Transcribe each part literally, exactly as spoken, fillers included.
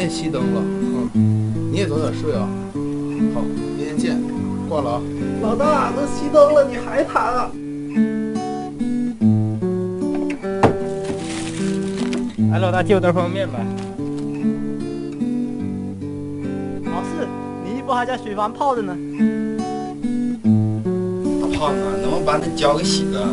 也熄灯了，嗯，你也早点睡啊。好，明天见，挂了啊。 老大，都熄灯了，你还弹啊？ 哎，老大，借我袋方便面呗。 老四，你衣服还在水房泡着呢。 大胖子，能不能把那脚给洗了？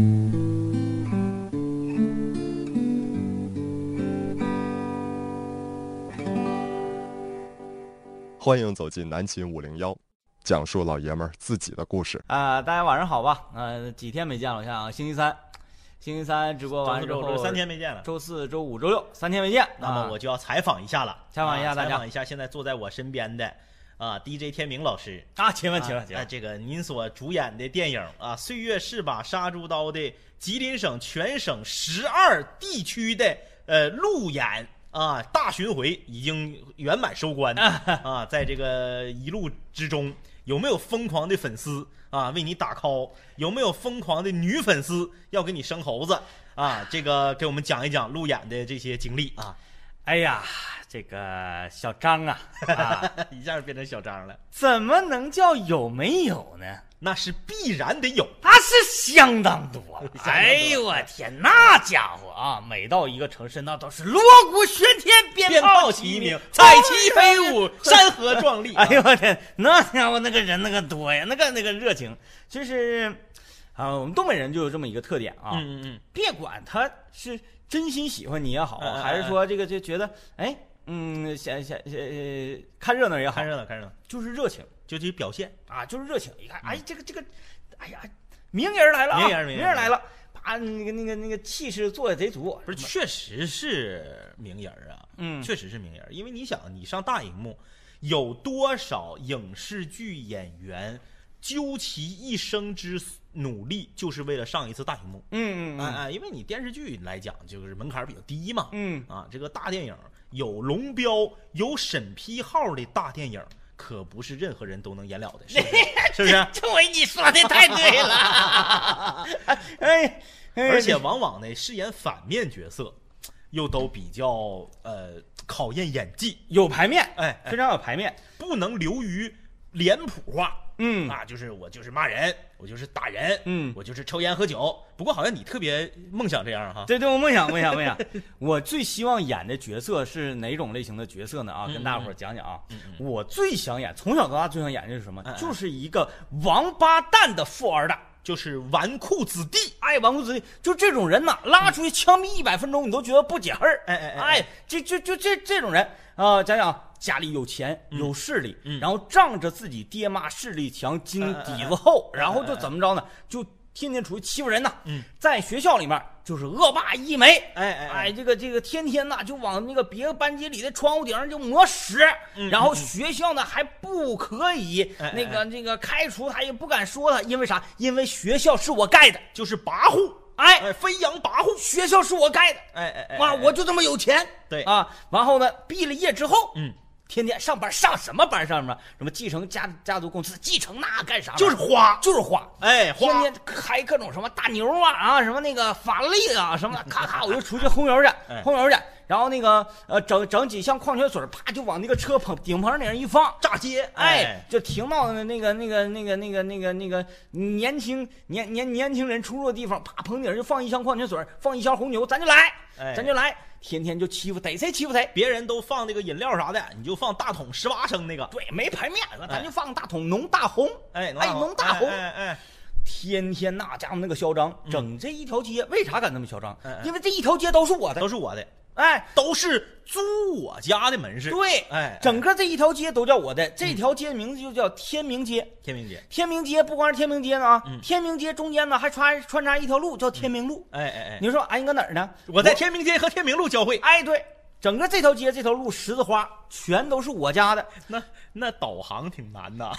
欢迎走进南秦五零幺，讲述老爷们儿自己的故事啊、呃！大家晚上好吧？呃，几天没见了，我想星期三，星期三直播完之后， 三天没见了。 周四周五周六三天没见， 那么我就要采访一下了， 采访一下大家， 采访一下现在坐在我身边的啊 D J 天明老师啊，请问，请问，请问， 这个您所主演的电影啊《岁月是把杀猪刀》的吉林省全省十二地区的呃路演。啊，大巡回已经圆满收官啊！在这个一路之中，有没有疯狂的粉丝啊为你打 call？ 有没有疯狂的女粉丝要给你生猴子啊？这个给我们讲一讲路演的这些经历啊！ 哎呀，这个小张啊，啊一下变成小张了， 怎么能叫有没有呢？ 那是必然得有， 那是相当多。哎呦我天，那家伙啊，每到一个城市，那都是锣鼓喧天，鞭炮齐鸣， 彩旗飞舞，山河壮丽。 哎呦我天，那家伙那个人那个多呀，那个那个热情，就是啊，我们东北人就有这么一个特点啊， 嗯嗯嗯， 别管他是真心喜欢你也好， 嗯、 还是说这个就觉得哎。嗯，想想呃，看热闹也好， 看热闹看热闹， 就是热情， 就是表现啊，就是热情。一看，哎，这个这个，哎呀，名人来了、啊， 名人名人来了，把那个那个那个气势做的贼足。 不是，确实是名人啊， 嗯， 确实是名人。因为你想，你上大荧幕，有多少影视剧演员究其一生之努力，就是为了上一次大荧幕。 嗯嗯哎哎，因为你电视剧来讲，就是门槛比较低嘛。 嗯啊，这个大电影。有龙标、有审批号的大电影，可不是任何人都能演了的，是不是？是不是？ 这位你说的太对了。哎，哎而且往往呢，饰演反面角色，又都比较呃考验演技， 有排面， 哎， 非常有排面， 不能流于脸谱化。 嗯啊，就是我就是骂人，我就是打人， 嗯， 我就是抽烟喝酒。不过好像你特别梦想这样哈。 对对，我梦想梦想梦想。我最希望演的角色是哪种类型的角色呢？啊，跟大伙儿讲讲啊。 嗯嗯我最想演，从小到大最想演的是什么？ 嗯嗯就是一个王八蛋的富二代。 就是纨绔子弟， 哎，纨绔子弟，就这种人呐，拉出去枪毙一百分钟，你都觉得不解恨儿。 哎哎哎， 哎，这就就这这种人啊、呃，讲讲家里有钱有势力， 嗯、 然后仗着自己爹妈势力强，经底子厚， 哎哎哎然后就怎么着呢？就天天出去欺负人呐。 嗯， 在学校里面就是恶霸一枚。 哎哎哎，这个这个天天呐就往那个别的班级里的窗户顶上就抹屎， 嗯、 然后学校呢还不可以、 嗯、 那个那个开除他，也不敢说他，因为啥？因为学校是我盖的， 就是跋扈。 哎哎，飞扬跋扈， 学校是我盖的， 哎哎哎， 哇，我就这么有钱， 对啊，然后呢，毕了业之后， 嗯， 天天上班，上什么班？上什么？什么继承家家族公司，继承那干啥？ 就是花， 就是花， 哎，花， 天天开各种什么大牛啊啊，什么那个法拉利啊什么的，咔咔我就出去轰油去，轰油去，然后那个呃整整几箱矿泉水，啪就往那个车棚顶棚顶上一放， 炸街， 哎，就停到那个那个那个那个那个那个那个年轻年年年轻人出入的地方，啪棚顶就放一箱矿泉水，放一箱红牛，咱就来， 哎、 咱就来，天天就欺负逮谁欺负谁， 别人都放那个饮料啥的，你就放大桶十八升那个， 对，没排面，咱就放大桶浓大红， 哎哎浓大红， 哎哎。哎天天那家伙那个嚣张，整这一条街，为啥敢那么嚣张？ 嗯、 因为这一条街都是我的， 都是我的， 哎， 都是租我家的门市。 对， 哎， 整个这一条街都叫我的，这条街的名字就叫天明街。 天明街， 天明街不光是天明街呢啊， 嗯、 天明街中间呢还穿穿插一条路叫天明路。 哎哎哎， 你说俺你搁哪儿呢？ 我在天明街和天明路交汇。 哎，对，整个这条街这条路十字花全都是我家的。 那那导航挺难的。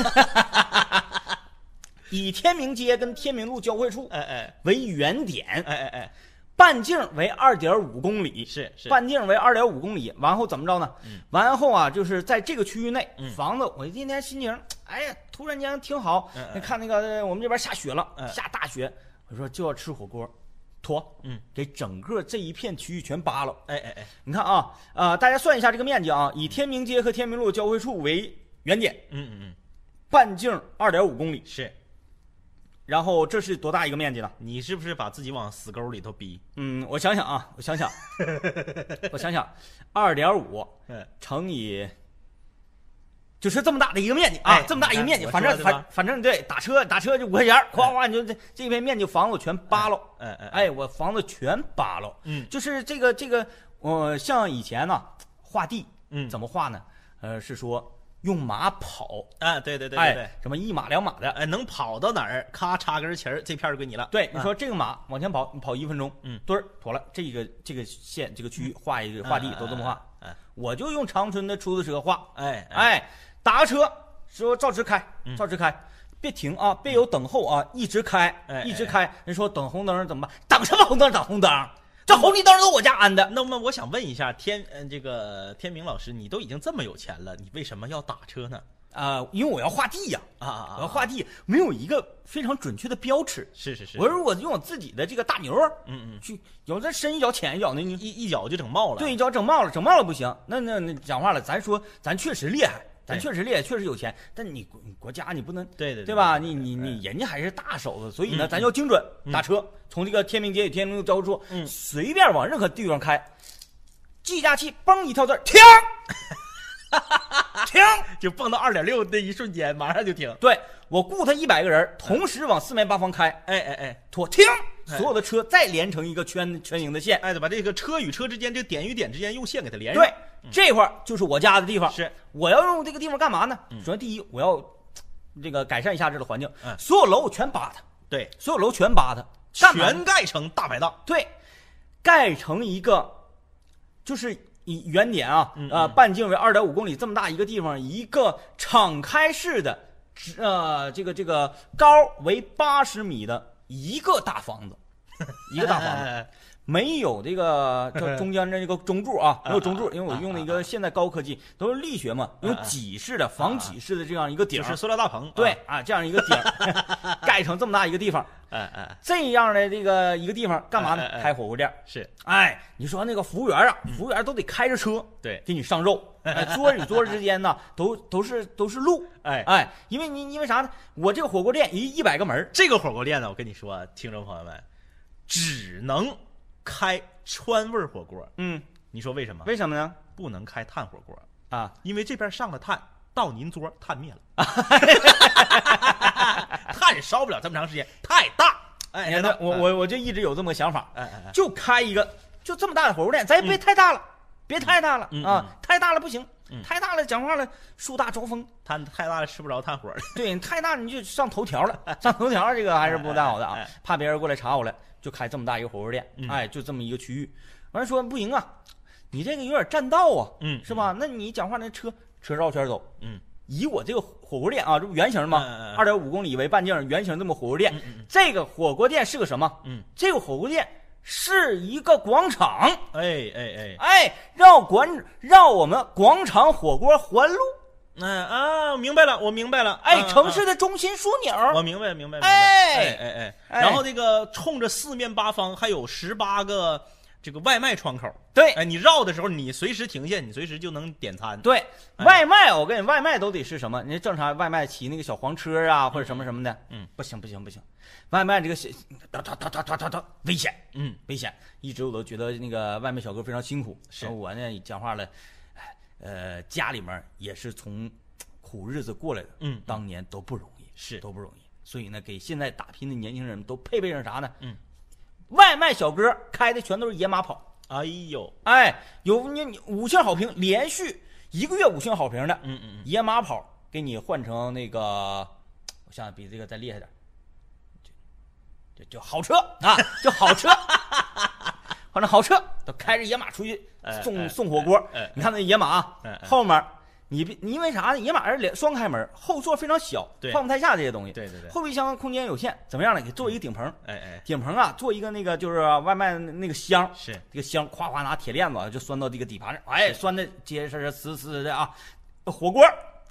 以天明街跟天明路交汇处， 哎哎， 为原点， 哎哎哎， 半径为二点五公里， 是是， 半径为二点五公里。完后怎么着呢？ 嗯， 完后啊，就是在这个区域内， 嗯、 房子，我今天心情，哎呀，突然间挺好。 嗯你看那个我们这边下雪了， 嗯、 下大雪，我说就要吃火锅。 妥， 嗯， 给整个这一片区域全扒了。 哎哎哎， 你看啊，呃，大家算一下这个面积啊，以天明街和天明路交汇处为原点， 嗯嗯嗯， 半径二点五公里， 是。 然后这是多大一个面积呢？ 你是不是把自己往死沟里头逼？ 嗯，我想想啊，我想想，我想想，二点五乘以。就是这么大的一个面积啊， 哎、 这么大一个面积，反正反反正对，打车打车就五块钱，哗哗你就这这片面积房子我全扒了， 哎哎哎，我房子全扒了， 嗯， 就是这个这个，呃，像以前呢画地， 嗯， 怎么画呢？呃，是说用马跑， 啊，对对对对对， 哎、什么一马两马的， 哎，能跑到哪儿，咔插根旗儿，这片儿归你了。 对，你说这个马往前跑，你跑一分钟， 嗯， 墩儿妥了，这个这个线这个区域画一个画地都这么画， 哎， 我就用长春的出租车画， 哎哎，打个车。说照直开， 嗯照直开，别停啊，别有等候啊，一直开， 哎、 一直开。人说等红灯怎么办？等什么红灯？等红灯，这红绿灯都我家安的。 那么我想问一下，天，嗯，这个天明老师，你都已经这么有钱了，你为什么要打车呢？ 啊、呃，因为我要画地呀、 啊，啊啊， 我要画地，没有一个非常准确的标尺。 是是是， 我说我用我自己的这个大牛， 嗯嗯， 去有这深一脚浅一脚的，你一一脚就整冒了。 对，一脚整冒了，整冒了不行。那那那讲话了，咱说咱确实厉害。咱确实厉害，确实有钱，但你国家你不能对对对吧？你你你人家还是大手子，所以呢，咱要精准打车，从这个天明街与天明路交汇处，随便往任何地方开，计价器嘣一跳字停，停， 就蹦到二点六那一瞬间，马上就停。 对，我雇他一百个人，同时往四面八方开， 哎哎哎， 妥停，所有的车再连成一个圈圈形的线， 哎，把这个车与车之间，这个点与点之间用线给它连对。 上。 这块儿就是我家的地方， 是我要用这个地方干嘛呢？首先第一，我要这个改善一下这个环境， 嗯， 所有楼我全扒它， 对， 所有楼全扒它， 全盖成大排档， 对，盖成一个就是以原点啊， 嗯、 呃，半径为二点五公里这么大一个地方，一个敞开式的，呃，这个这个高为八十米的一个大房子，一个大房子。没有这个这中间的这个中柱啊，没有中柱，因为我用了一个现在高科技，都是力学嘛，用挤式的防挤式的这样一个顶， 就是塑料大棚， 对啊，这样一个顶盖成这么大一个地方， 哎哎， 这样的这个一个地方干嘛呢？开火锅店是， 哎，你说那个服务员啊，服务员都得开着车， 对， 给你上肉，哎，桌与桌之间呢，都都是都是路， 哎哎，因为你因为啥呢？我这个火锅店一一百个门， 这个火锅店呢，我跟你说，听众朋友们，只能开川味火锅， 嗯， 你说为什么？ 为什么呢？ 不能开炭火锅啊， 因为这边上了炭，到您桌炭灭了，炭烧不了这么长时间，太大。哎， 哎，我我我就一直有这么个想法， 哎哎哎， 就开一个就这么大的火锅店，咱也别太大了，别太大了啊，太大了不行，太大了讲话了树大招风， 炭太大了吃不着炭火了， 对，太大你就上头条了，上头条这个还是不太好的啊，怕别人过来查我来。就开这么大一个火锅店，哎，就这么一个区域。完了说不行啊，你这个有点占道啊， 嗯， 是吧？那你讲话那车车绕圈走， 嗯， 以我这个火锅店啊，这不圆形吗？二点五公里为半径，圆形这么火锅店，这个火锅店是个什么？ 嗯， 这个火锅店是一个广场， 哎哎哎哎，让广让我们广场火锅环路。 嗯啊，明白了，我明白了。 哎，城市的中心枢纽， 我明白，明白，明白。 哎哎哎，然后这个冲着四面八方还有十八个这个外卖窗口。 对， 哎，你绕的时候，你随时停下，你随时就能点餐。 对，外卖，我跟你外卖都得是什么？你正常外卖骑那个小黄车啊，或者什么什么的， 嗯， 不行不行不行，外卖这个是哒哒哒哒哒哒哒危险， 嗯， 危险。一直我都觉得那个外卖小哥非常辛苦。 是我呢讲话了，呃，家里面也是从苦日子过来的， 嗯， 当年都不容易， 是都不容易。所以呢，给现在打拼的年轻人都配备上啥呢？ 嗯， 外卖小哥开的全都是野马跑。 哎呦， 哎，有你五星好评，连续一个月五星好评的， 嗯嗯， 野马跑给你换成那个，我想想比这个再厉害点，就就就好车啊，就好车，换成好车，都开着野马出去送、哎、送火锅。哎哎、你看那野马啊，哎哎、后面你你因为啥呢？野马是双开门，后座非常小，放不太下这些东西。 对对对， 后备箱空间有限，怎么样呢？给做一个顶棚， 哎哎， 顶棚啊，做一个那个就是外卖那个箱， 是这个箱，夸夸拿铁链子就拴到这个底盘上，哎，拴的结实实死死的啊。火锅，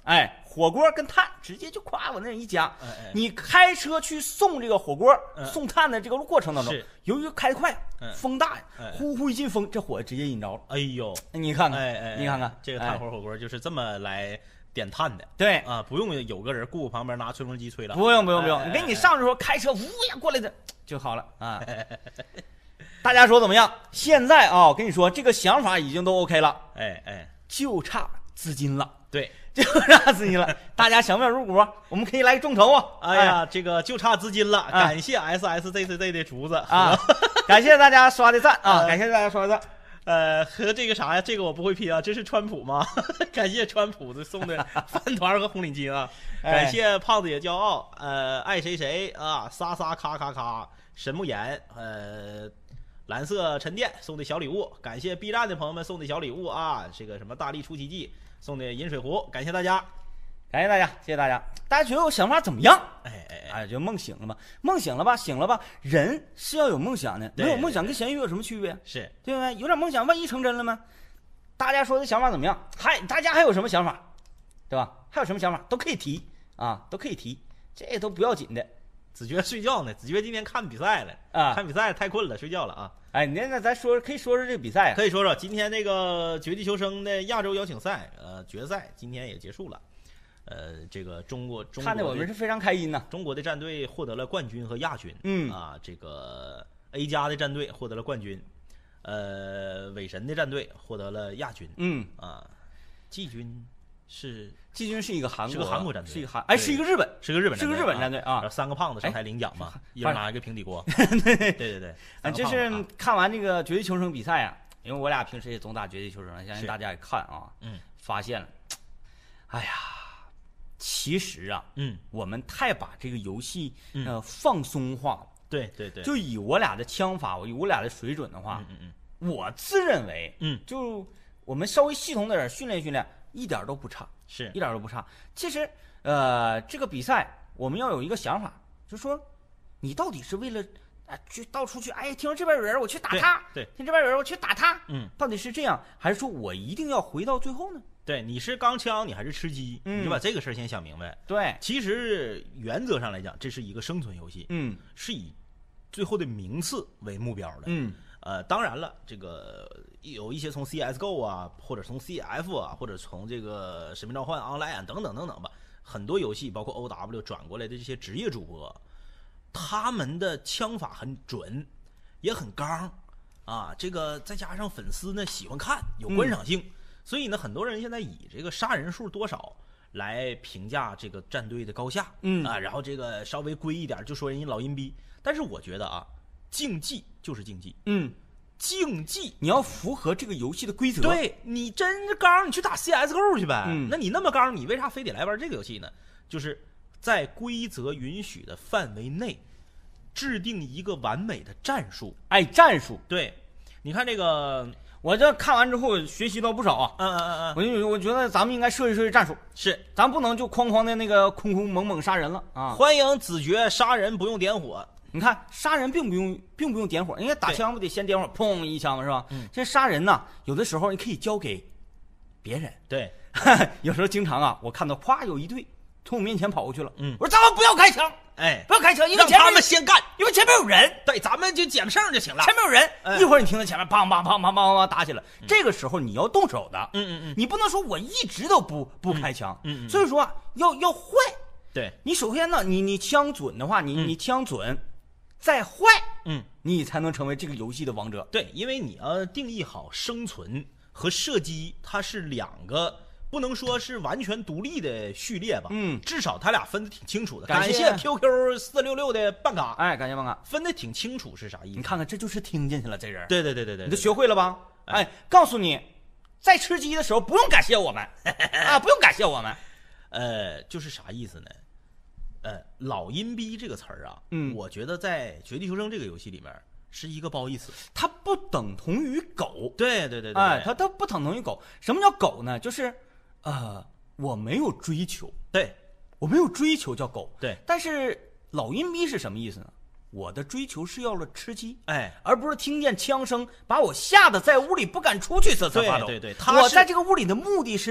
哎，火锅跟炭直接就夸往那一加。 哎哎你开车去送这个火锅、 嗯、 送炭的这个过程当中，由于开得快， 嗯、 风大， 哎、 呼呼一进风，这火直接引着了。 哎呦， 你看看， 哎哎， 你看看， 这个炭火火锅就是这么来点炭的。 对啊，不用有个人顾旁边拿吹风机吹了。 不用不用不用， 哎、 你跟你上的时候开车呜呀过来的就好了啊。大家说怎么样？现在啊，我跟你说，这个想法已经都 OK 了。 哎哎， 就差资金了。 对， 就差资金了。大家想不想入股？我们可以来个众筹啊！ 哎呀，哎这个就差资金了。 哎、 感谢 S S Z C Z 的竹子啊，感谢大家刷的赞啊，感谢大家刷的赞。 呃，和这个啥呀？这个我不会拼啊，这是川普吗？感谢川普的送的饭团和红领巾啊！感谢胖子也骄傲，呃，爱谁谁啊，撒撒咔咔咔，神木眼，呃。蓝色沉淀送的小礼物，感谢 B 站的朋友们送的小礼物啊！这个什么大力出奇迹送的饮水壶，感谢大家， 感谢大家，谢谢大家。大家觉得我想法怎么样？ 哎哎哎，就梦醒了吧，梦醒了吧，醒了吧。人是要有梦想的，没有梦想跟咸鱼有什么区别？ 是对不对？有点梦想，万一成真了呢？大家说的想法怎么样？还大家还有什么想法？对吧？还有什么想法都可以提啊，都可以提，这都不要紧的。 子爵睡觉呢，子爵今天看比赛了啊， 看比赛太困了，睡觉了啊。 哎，那那咱说可以说说这个比赛、啊， 可以说说今天那个绝地求生的亚洲邀请赛，呃，决赛今天也结束了。呃，这个中国中国看得我们是非常开心呐、啊。 中国的战队获得了冠军和亚军， 嗯啊，这个 A 加的战队获得了冠军，呃，伪神的战队获得了亚军， 嗯啊，季军是。 季军是一个韩国， 是个韩国战队， 是一个韩，哎，是一个日本， 是个日本， 是个日本战队啊。 然后三个胖子上台领奖嘛，一人拿一个平底锅。 对对对对， 啊，这是看完这个绝地求生比赛啊，因为我俩平时也总打绝地求生，相信大家也看啊， 嗯， 发现了，哎呀，其实啊， 嗯， 我们太把这个游戏呃放松化了。 对对对， 就以我俩的枪法，以我俩的水准的话， 嗯嗯嗯， 我自认为， 嗯， 就我们稍微系统点训练训练，一点都不差。 是一点都不差。其实，呃，这个比赛我们要有一个想法，就是说，你到底是为了啊、呃、去到处去，哎，听说这边有人，我去打他； 对， 听这边有人，我去打他。 嗯， 到底是这样，还是说我一定要回到最后呢？ 对，你是钢枪，你还是吃鸡？ 嗯， 你就把这个事儿先想明白。 对， 其实原则上来讲，这是一个生存游戏， 嗯， 是以最后的名次为目标的。 嗯， 呃，当然了，这个。有一些从 C S G O 啊，或者从 C F 啊，或者从这个使命召唤 Online 等等等等吧，很多游戏包括 O W 转过来的这些职业主播，他们的枪法很准，也很刚啊。这个再加上粉丝呢喜欢看，有观赏性，嗯、所以呢，很多人现在以这个杀人数多少来评价这个战队的高下， 嗯啊，然后这个稍微归一点就说人家老阴逼。但是我觉得啊，竞技就是竞技， 嗯。 竞技你要符合这个游戏的规则。 对，你真刚，你去打 C S G O 去呗。 嗯， 那你那么刚，你为啥非得来玩这个游戏呢？就是在规则允许的范围内，制定一个完美的战术。 哎，战术。 对，你看这个， 我这看完之后学习到不少啊。 嗯嗯嗯嗯， 我就我觉得咱们应该设计设计战术。 是， 咱不能就哐哐的那个空空猛猛杀人了啊！ 欢迎子爵杀人不用点火。 你看杀人并不用并不用点火，应该打枪不得先点火，砰一枪是吧？ 嗯， 这杀人呢，有的时候你可以交给别人。 对， 有时候经常啊，我看到咵有一队从我面前跑过去了， 嗯， 我说咱们不要开枪， 哎， 不要开枪，因为让他们先干， 因为前面有人。 对，咱们就捡胜就行了。 前面有人， 哎、 一会儿你听到前面梆梆梆梆梆梆打起来， 嗯、 这个时候你要动手的。 嗯嗯嗯， 你不能说我一直都不不开枪。 嗯 嗯, 嗯， 所以说啊，要要坏。 对， 你首先呢，你你枪准的话，你、 嗯、 你枪准。再坏， 嗯， 你才能成为这个游戏的王者。 对，因为你要定义好生存和射击，它是两个不能说是完全独立的序列吧， 嗯， 至少他俩分得挺清楚的。 感谢 Q Q 四六六的办卡， 哎，感谢办卡， 分得挺清楚是啥意思？ 你看看，这就是听进去了，这人。 对对对对对， 你都学会了吧？哎，哎告诉你，在吃鸡的时候不用感谢我们啊，不用感谢我们。 呃，就是啥意思呢？呃，老阴逼这个词儿啊， 嗯， 我觉得在《绝地求生》这个游戏里面是一个褒义词， 它不等同于狗。 对对对对， 哎，它它不等同于狗。什么叫狗呢？就是呃，我没有追求， 对， 我没有追求叫狗。 对， 但是老阴逼是什么意思呢？我的追求是要了吃鸡， 哎， 而不是听见枪声把我吓得在屋里不敢出去瑟瑟发抖。 对对对，他我在这个屋里的目的是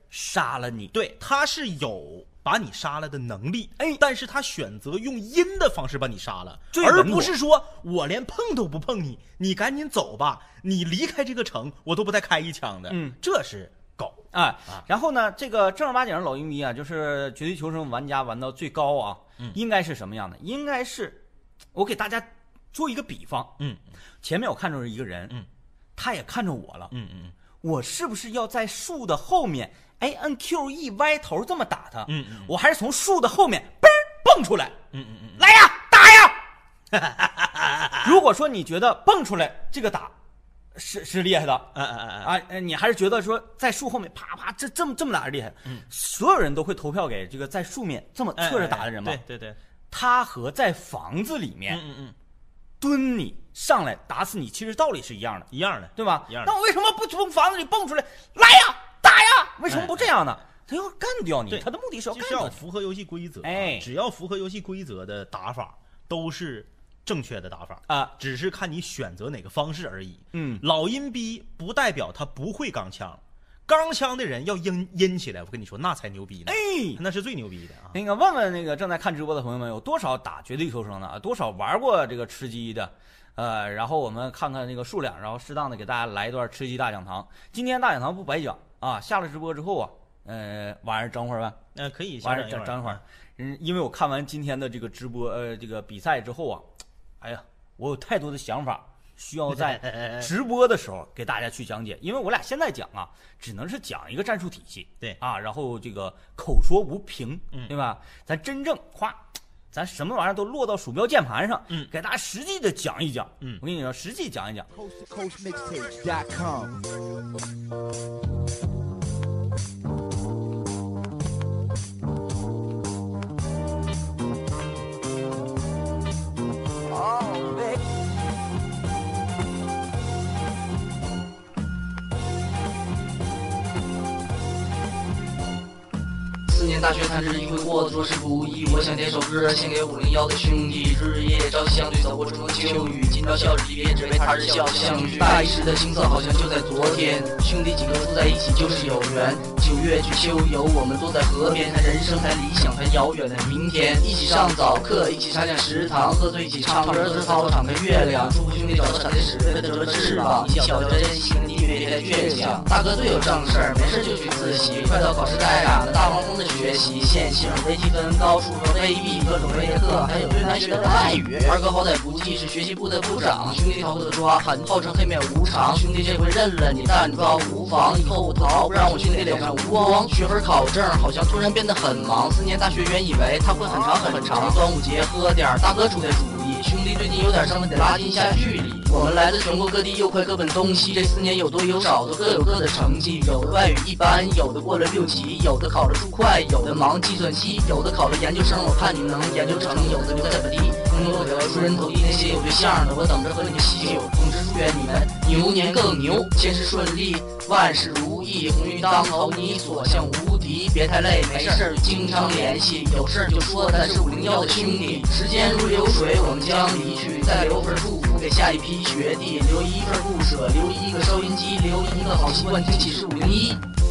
杀了你。 对，他是有把你杀了的能力， 哎但是他选择用阴的方式把你杀了， 最而稳妥不是说我连碰都不碰你，你赶紧走吧，你离开这个城，我都不带开一枪的。 嗯， 这是狗啊， 啊然后呢，这个正儿八经的老鹰迷啊，就是绝地求生玩家玩到最高啊， 嗯应该是什么样的？应该是，我给大家做一个比方， 嗯前面我看着一个人， 嗯， 他也看着我了， 嗯嗯我是不是要在树的后面，哎，按 Q E 歪头这么打他？ 嗯嗯我还是从树的后面嘣儿蹦出来， 嗯嗯嗯， 来呀，打呀！如果说你觉得蹦出来这个打是是厉害的， 哎哎哎哎， 啊，呃你还是觉得说在树后面啪啪这这么这么打是厉害， 嗯， 所有人都会投票给这个在树面这么侧着打的人嘛？ 对对对， 他和在房子里面嗯嗯嗯， 蹲你上来打死你，其实道理是一样的， 一样的， 对吧？ 一样的那我为什么不从房子里蹦出来？来呀，打呀！为什么不这样呢？他要干掉你， 对他的目的是要就是要干掉你。 符合游戏规则， 哎只要符合游戏规则的打法都是正确的打法啊， 只是看你选择哪个方式而已。 嗯老阴逼不代表他不会钢枪，钢枪的人要阴阴起来，我跟你说那才牛逼呢， 哎， 那是最牛逼的啊。 那个问问那个正在看直播的朋友们，有多少打绝地求生的？多少玩过这个吃鸡的？呃，然后我们看看那个数量，然后适当的给大家来一段吃鸡大讲堂。今天大讲堂不白讲啊，下了直播之后啊，呃，晚上整会儿吧， 呃，可以， 晚上整整会儿。嗯，因为我看完今天的这个直播，呃，这个比赛之后啊，哎呀，我有太多的想法，需要在直播的时候给大家去讲解。因为我俩现在讲啊，只能是讲一个战术体系， 对啊，然后这个口说无凭， 嗯对吧？咱真正夸。咱什么玩意儿都落到鼠标键盘上， 嗯， 给大家实际的讲一讲， 嗯， 我跟你说，实际讲一讲。 coast to coast mixtape dot com. Oh, baby. 四年大学谈日一回过，着实不易。我想点首歌献给五零幺的兄弟，日夜朝夕相对，走过春风秋雨。今朝笑日离别，只为他日笑相聚。大一时的青涩好像就在昨天，兄弟几个坐在一起就是有缘。九月去秋游，我们坐在河边，谈人生，谈理想，谈遥远的明天。一起上早课，一起插进食堂，喝醉一起唱歌，在操场看月亮。祝福兄弟找到闪电时飞得折翅膀，一起小聊珍惜，跟你别太倔强。大哥最有正事儿，没事就去自习，快到考试该赶的大黄蜂的学习，线性、微积分、高数和微币，各种微课，还有最难学的外语。二哥好歹不济，是学习部的部长，兄弟逃不得抓，喊号称黑面无常。兄弟这回认了你，但抓无妨，以后我逃，不让我兄弟脸上无光。学分考证好像突然变得很忙，四年大学原以为他会很长很长。端午节喝点大哥出的主意，兄弟最近有点生了，得拉近一下距离。我们来自全国各地，又快各奔东西，这四年有多有少都各有各的成绩，有的外语一般，有的过了六级，有的考了数快，有的忙计算机，有的考了研究生，我看你们能研究成，有的留在本地工作留出人头地，那些有对象的我等着和你们喜酒。总之祝愿你们牛年更牛，千事顺利，万事如意，鸿运当头，你所向无敌。别太累，没事儿经常联系，有事儿就说，咱是五零幺的兄弟。时间如流水，我们将离去，再留份祝福给下一批学弟，留一份不舍，留一个收音机，留一个好习惯，听起是五零一。